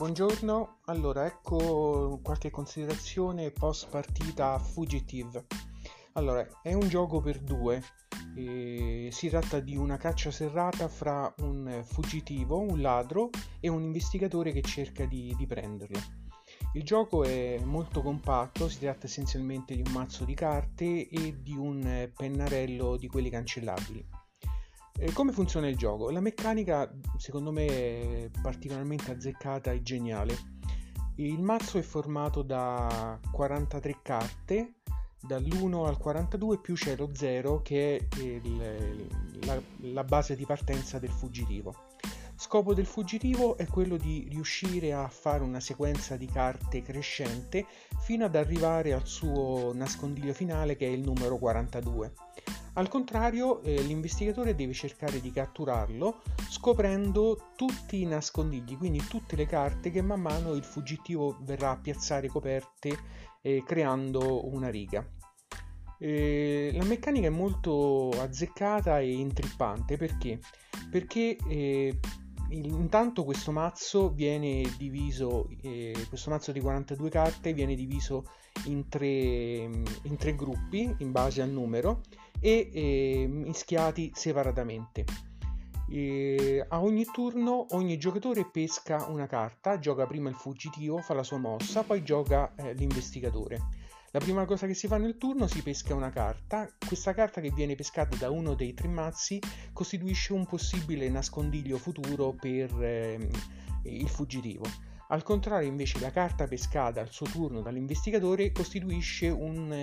Buongiorno, allora ecco qualche considerazione post partita Fugitive. Allora, è un gioco per due, si tratta di una caccia serrata fra un fuggitivo, un ladro e un investigatore che cerca di prenderlo. Il gioco è molto compatto, si tratta essenzialmente di un mazzo di carte e di un pennarello di quelli cancellabili. Come funziona il gioco? La meccanica secondo me è particolarmente azzeccata e geniale. Il mazzo è formato da 43 carte, dall'1 al 42 più c'è lo 0 che è la base di partenza del fuggitivo. Scopo del fuggitivo è quello di riuscire a fare una sequenza di carte crescente fino ad arrivare al suo nascondiglio finale che è il numero 42. Al contrario, l'investigatore deve cercare di catturarlo scoprendo tutti i nascondigli, quindi tutte le carte che man mano il fuggitivo verrà a piazzare coperte creando una riga. La meccanica è molto azzeccata e intrippante perché? Perché intanto questo mazzo viene diviso, questo mazzo di 42 carte viene diviso in tre gruppi in base al numero e mischiati separatamente. A ogni turno ogni giocatore pesca una carta, gioca prima il fuggitivo, fa la sua mossa, poi gioca l'investigatore. La prima cosa che si fa nel turno si pesca una carta. Questa carta che viene pescata da uno dei tre mazzi costituisce un possibile nascondiglio futuro per il fuggitivo. Al contrario, invece, la carta pescata al suo turno dall'investigatore costituisce un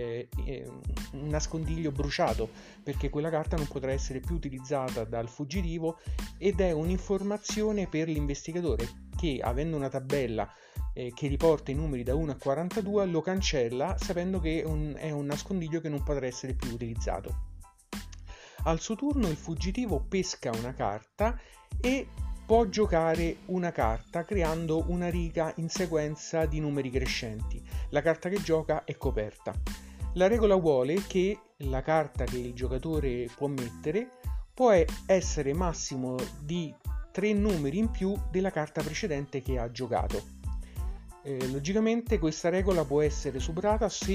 nascondiglio bruciato, perché quella carta non potrà essere più utilizzata dal fuggitivo ed è un'informazione per l'investigatore che, avendo una tabella che riporta i numeri da 1 a 42, lo cancella sapendo che è un nascondiglio che non potrà essere più utilizzato. Al suo turno il fuggitivo pesca una carta e può giocare una carta creando una riga in sequenza di numeri crescenti. La carta che gioca è coperta. La regola vuole che la carta che il giocatore può mettere può essere massimo di 3 numeri in più della carta precedente che ha giocato. Logicamente questa regola può essere superata se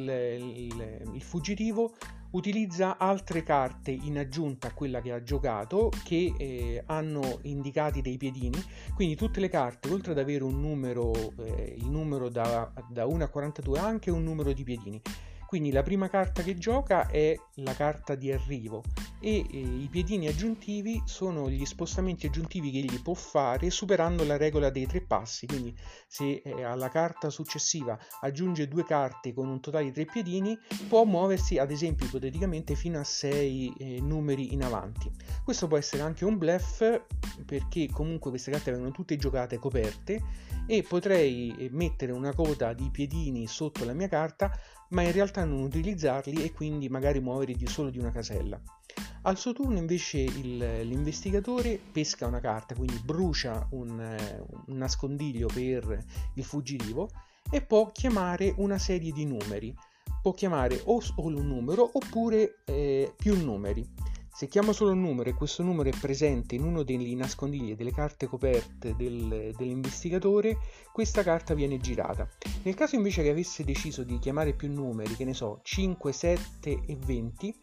il fuggitivo utilizza altre carte in aggiunta a quella che ha giocato che hanno indicati dei piedini, quindi tutte le carte oltre ad avere un numero, il numero da 1 a 42 ha anche un numero di piedini. Quindi la prima carta che gioca è la carta di arrivo e i piedini aggiuntivi sono gli spostamenti aggiuntivi che egli può fare superando la regola dei 3 passi. Quindi se alla carta successiva aggiunge 2 carte con un totale di 3 piedini può muoversi ad esempio ipoteticamente fino a 6 numeri in avanti. Questo può essere anche un bluff perché comunque queste carte vengono tutte giocate coperte e potrei mettere una coda di piedini sotto la mia carta ma in realtà non utilizzarli e quindi magari muovere solo di una casella. Al suo turno invece l'investigatore pesca una carta, quindi brucia un nascondiglio per il fuggitivo e può chiamare una serie di numeri. Può chiamare o solo un numero oppure più numeri. Se chiamo solo un numero e questo numero è presente in uno dei nascondigli delle carte coperte dell'investigatore, questa carta viene girata. Nel caso invece che avesse deciso di chiamare più numeri, che ne so, 5, 7 e 20,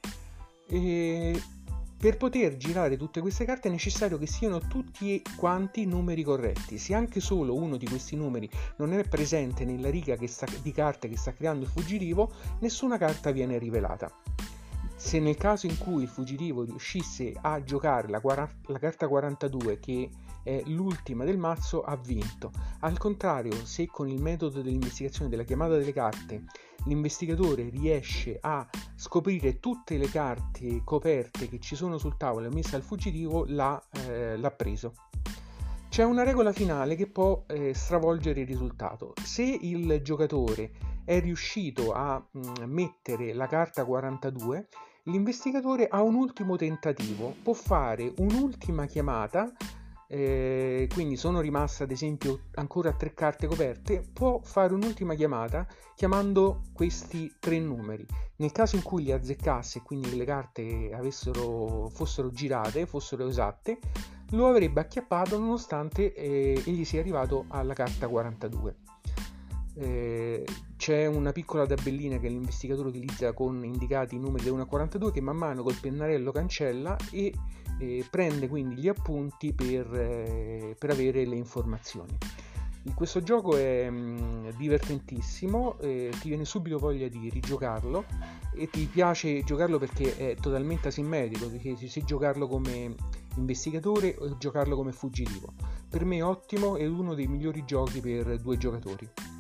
per poter girare tutte queste carte è necessario che siano tutti quanti numeri corretti. Se anche solo uno di questi numeri non è presente nella riga di carte che sta creando il fuggitivo, nessuna carta viene rivelata. Se nel caso in cui il fuggitivo riuscisse a giocare la carta 42, che è l'ultima del mazzo, ha vinto. Al contrario, se con il metodo dell'investigazione della chiamata delle carte l'investigatore riesce a scoprire tutte le carte coperte che ci sono sul tavolo e messe al fuggitivo, l'ha preso. C'è una regola finale che può stravolgere il risultato. Se il giocatore è riuscito a mettere la carta 42, l'investigatore ha un ultimo tentativo, può fare un'ultima chiamata, quindi sono rimaste ad esempio ancora 3 carte coperte, può fare un'ultima chiamata chiamando questi 3 numeri. Nel caso in cui li azzeccasse, quindi le carte fossero girate, fossero esatte, lo avrebbe acchiappato nonostante egli sia arrivato alla carta 42. C'è una piccola tabellina che l'investigatore utilizza con indicati i numeri da 1 a 42 che man mano col pennarello cancella e prende quindi gli appunti per avere le informazioni. Questo gioco è divertentissimo, ti viene subito voglia di rigiocarlo e ti piace giocarlo perché è totalmente asimmetrico, perché se giocarlo come investigatore o giocarlo come fuggitivo. Per me è ottimo, è uno dei migliori giochi per 2 giocatori.